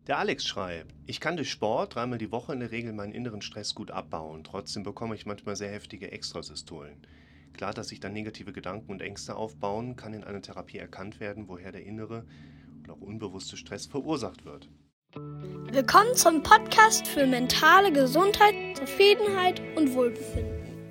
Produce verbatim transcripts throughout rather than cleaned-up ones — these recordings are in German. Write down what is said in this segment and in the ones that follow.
Der Alex schreibt, ich kann durch Sport dreimal die Woche in der Regel meinen inneren Stress gut abbauen. Trotzdem bekomme ich manchmal sehr heftige Extrasystolen. Klar, dass sich dann negative Gedanken und Ängste aufbauen, kann in einer Therapie erkannt werden, woher der innere und auch unbewusste Stress verursacht wird. Willkommen zum Podcast für mentale Gesundheit, Zufriedenheit und Wohlbefinden.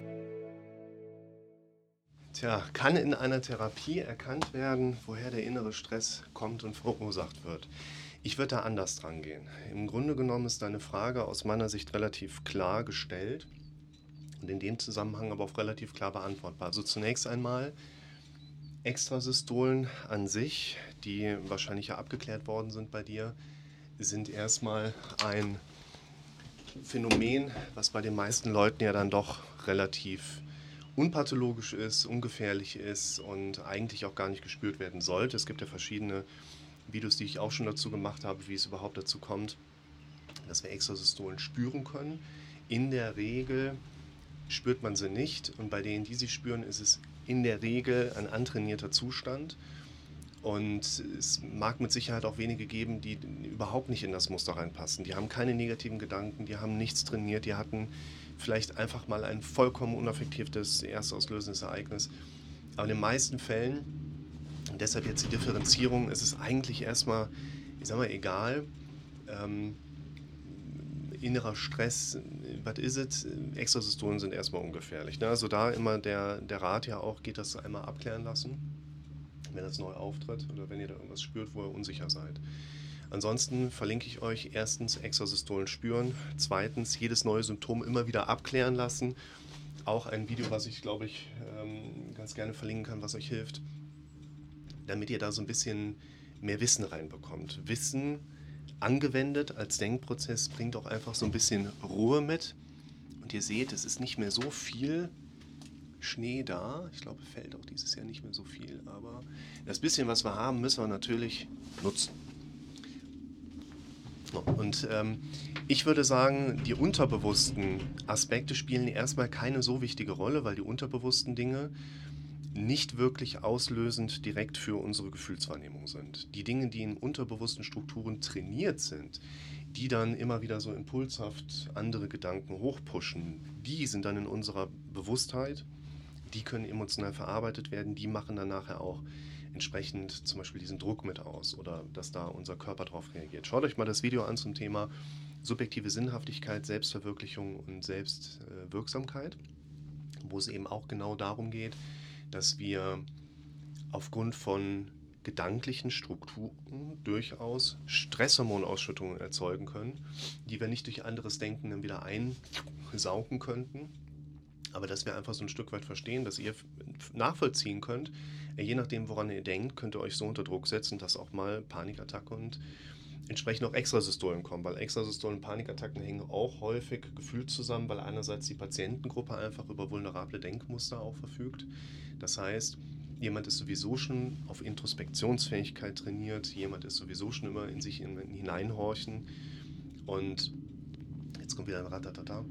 Tja, kann in einer Therapie erkannt werden, woher der innere Stress kommt und verursacht wird? Ich würde da anders dran gehen. Im Grunde genommen ist deine Frage aus meiner Sicht relativ klar gestellt und in dem Zusammenhang aber auch relativ klar beantwortbar. Also zunächst einmal, Extrasystolen an sich, die wahrscheinlich ja abgeklärt worden sind bei dir, sind erstmal ein Phänomen, was bei den meisten Leuten ja dann doch relativ unpathologisch ist, ungefährlich ist und eigentlich auch gar nicht gespürt werden sollte. Es gibt ja verschiedene Videos, die ich auch schon dazu gemacht habe, wie es überhaupt dazu kommt, dass wir Extrasystolen spüren können. In der Regel spürt man sie nicht und bei denen, die sie spüren, ist es in der Regel ein antrainierter Zustand. Und es mag mit Sicherheit auch wenige geben, die überhaupt nicht in das Muster reinpassen. Die haben keine negativen Gedanken, die haben nichts trainiert, die hatten vielleicht einfach mal ein vollkommen unaffektives erstauslösendes Ereignis. Aber in den meisten Fällen, und deshalb jetzt die Differenzierung, ist es eigentlich erstmal, ich sag mal, egal, ähm, innerer Stress, was ist es? Extrasystolen sind erstmal ungefährlich. Ne? Also da immer der, der Rat ja auch, geht das einmal abklären lassen, wenn das neu auftritt oder wenn ihr da irgendwas spürt, wo ihr unsicher seid. Ansonsten verlinke ich euch erstens Extrasystolen spüren, zweitens jedes neue Symptom immer wieder abklären lassen. Auch ein Video, was ich glaube ich ganz gerne verlinken kann, was euch hilft, damit ihr da so ein bisschen mehr Wissen reinbekommt. Wissen angewendet als Denkprozess bringt auch einfach so ein bisschen Ruhe mit. Und ihr seht, es ist nicht mehr so viel Schnee da. Ich glaube, fällt auch dieses Jahr nicht mehr so viel. Aber das bisschen, was wir haben, müssen wir natürlich nutzen. Und ähm, ich würde sagen, die unterbewussten Aspekte spielen erstmal keine so wichtige Rolle, weil die unterbewussten Dinge nicht wirklich auslösend direkt für unsere Gefühlswahrnehmung sind. Die Dinge, die in unterbewussten Strukturen trainiert sind, die dann immer wieder so impulshaft andere Gedanken hochpushen, die sind dann in unserer Bewusstheit, die können emotional verarbeitet werden, die machen dann nachher auch entsprechend zum Beispiel diesen Druck mit aus oder dass da unser Körper drauf reagiert. Schaut euch mal das Video an zum Thema subjektive Sinnhaftigkeit, Selbstverwirklichung und Selbstwirksamkeit, wo es eben auch genau darum geht, dass wir aufgrund von gedanklichen Strukturen durchaus Stresshormonausschüttungen erzeugen können, die wir nicht durch anderes Denken dann wieder einsaugen könnten, aber dass wir einfach so ein Stück weit verstehen, dass ihr nachvollziehen könnt, je nachdem, woran ihr denkt, könnt ihr euch so unter Druck setzen, dass auch mal Panikattacke und entsprechend auch Extrasystolen kommen, weil Extrasystolen und Panikattacken hängen auch häufig gefühlt zusammen, weil einerseits die Patientengruppe einfach über vulnerable Denkmuster auch verfügt. Das heißt, jemand ist sowieso schon auf Introspektionsfähigkeit trainiert, jemand ist sowieso schon immer in sich hineinhorchen und jetzt kommt wieder ein Ratatata.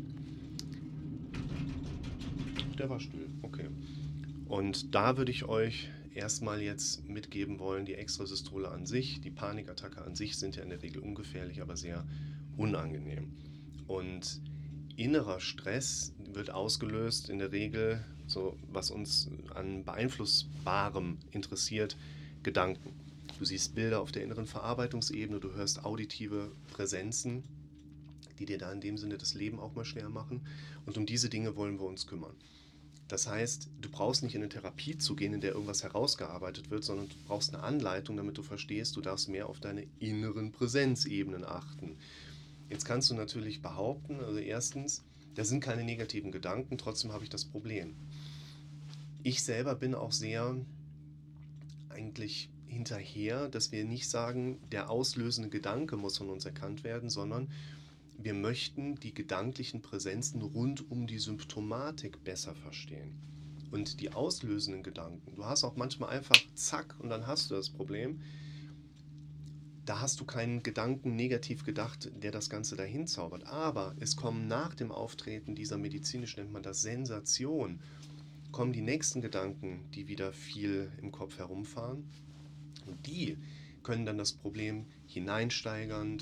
Der war still, okay. Und da würde ich euch erstmal jetzt mitgeben wollen, die Extrasystole an sich, die Panikattacke an sich sind ja in der Regel ungefährlich, aber sehr unangenehm. Und innerer Stress wird ausgelöst in der Regel, so was uns an Beeinflussbarem interessiert, Gedanken. Du siehst Bilder auf der inneren Verarbeitungsebene, du hörst auditive Präsenzen, die dir da in dem Sinne das Leben auch mal schwer machen. Und um diese Dinge wollen wir uns kümmern. Das heißt, du brauchst nicht in eine Therapie zu gehen, in der irgendwas herausgearbeitet wird, sondern du brauchst eine Anleitung, damit du verstehst, du darfst mehr auf deine inneren Präsenzebenen achten. Jetzt kannst du natürlich behaupten, also erstens, da sind keine negativen Gedanken, trotzdem habe ich das Problem. Ich selber bin auch sehr eigentlich hinterher, dass wir nicht sagen, der auslösende Gedanke muss von uns erkannt werden, sondern wir möchten die gedanklichen Präsenzen rund um die Symptomatik besser verstehen. Und die auslösenden Gedanken, du hast auch manchmal einfach zack und dann hast du das Problem. Da hast du keinen Gedanken negativ gedacht, der das Ganze dahin zaubert. Aber es kommen nach dem Auftreten dieser medizinisch, nennt man das Sensation, kommen die nächsten Gedanken, die wieder viel im Kopf herumfahren. Und die können dann das Problem hineinsteigernd,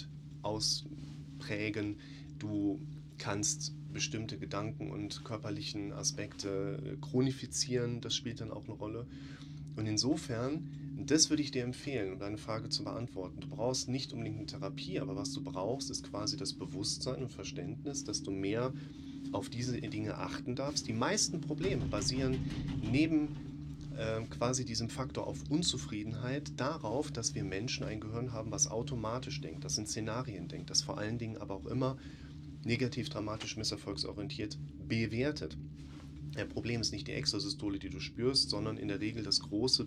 ausprägen, du kannst bestimmte Gedanken und körperlichen Aspekte chronifizieren, das spielt dann auch eine Rolle. Und insofern, das würde ich dir empfehlen, um deine Frage zu beantworten. Du brauchst nicht unbedingt eine Therapie, aber was du brauchst, ist quasi das Bewusstsein und Verständnis, dass du mehr auf diese Dinge achten darfst. Die meisten Probleme basieren neben äh, quasi diesem Faktor auf Unzufriedenheit darauf, dass wir Menschen ein Gehirn haben, was automatisch denkt, das in Szenarien denkt, das vor allen Dingen aber auch immer negativ, dramatisch, misserfolgsorientiert bewertet. Das Problem ist nicht die Extrasystole, die du spürst, sondern in der Regel das große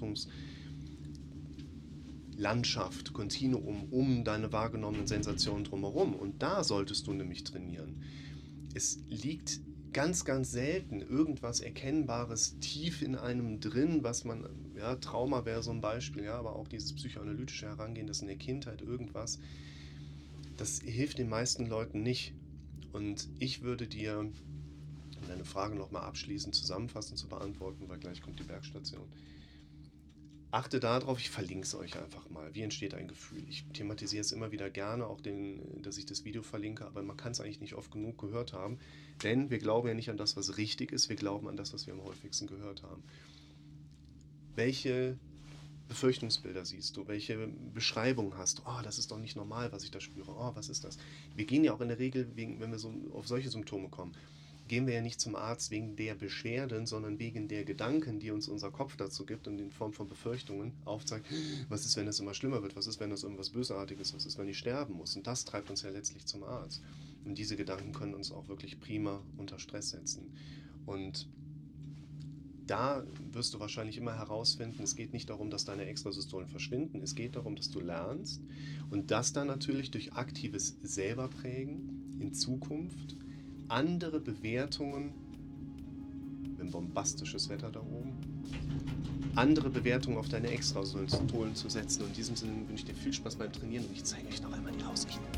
Bewertungslandschaft, Kontinuum um deine wahrgenommenen Sensationen drumherum. Und da solltest du nämlich trainieren. Es liegt ganz, ganz selten irgendwas Erkennbares tief in einem drin, was man, ja, Trauma wäre so ein Beispiel, ja, aber auch dieses psychoanalytische Herangehen, das in der Kindheit irgendwas, das hilft den meisten Leuten nicht. Und ich würde dir, um deine Frage nochmal abschließend zusammenfassend zu beantworten, weil gleich kommt die Bergstation, achte darauf, ich verlinke es euch einfach mal. Wie entsteht ein Gefühl? Ich thematisiere es immer wieder gerne, auch den, dass ich das Video verlinke, aber man kann es eigentlich nicht oft genug gehört haben, denn wir glauben ja nicht an das, was richtig ist, wir glauben an das, was wir am häufigsten gehört haben. Welche Befürchtungsbilder siehst du? Welche Beschreibung hast du? Oh, das ist doch nicht normal, was ich da spüre. Oh, was ist das? Wir gehen ja auch in der Regel, wegen, wenn wir so auf solche Symptome kommen, gehen wir ja nicht zum Arzt wegen der Beschwerden, sondern wegen der Gedanken, die uns unser Kopf dazu gibt und in Form von Befürchtungen aufzeigt, was ist, wenn es immer schlimmer wird, was ist, wenn es irgendwas Bösartiges, was ist, wenn ich sterben muss. Und das treibt uns ja letztlich zum Arzt. Und diese Gedanken können uns auch wirklich prima unter Stress setzen. Und da wirst du wahrscheinlich immer herausfinden, es geht nicht darum, dass deine Extrasystolen verschwinden, es geht darum, dass du lernst und das dann natürlich durch aktives Selberprägen in Zukunft andere Bewertungen, wenn bombastisches Wetter da oben, andere Bewertungen auf deine Extrasystolen zu setzen. Und in diesem Sinne wünsche ich dir viel Spaß beim Trainieren und ich zeige euch noch einmal die Aussichten.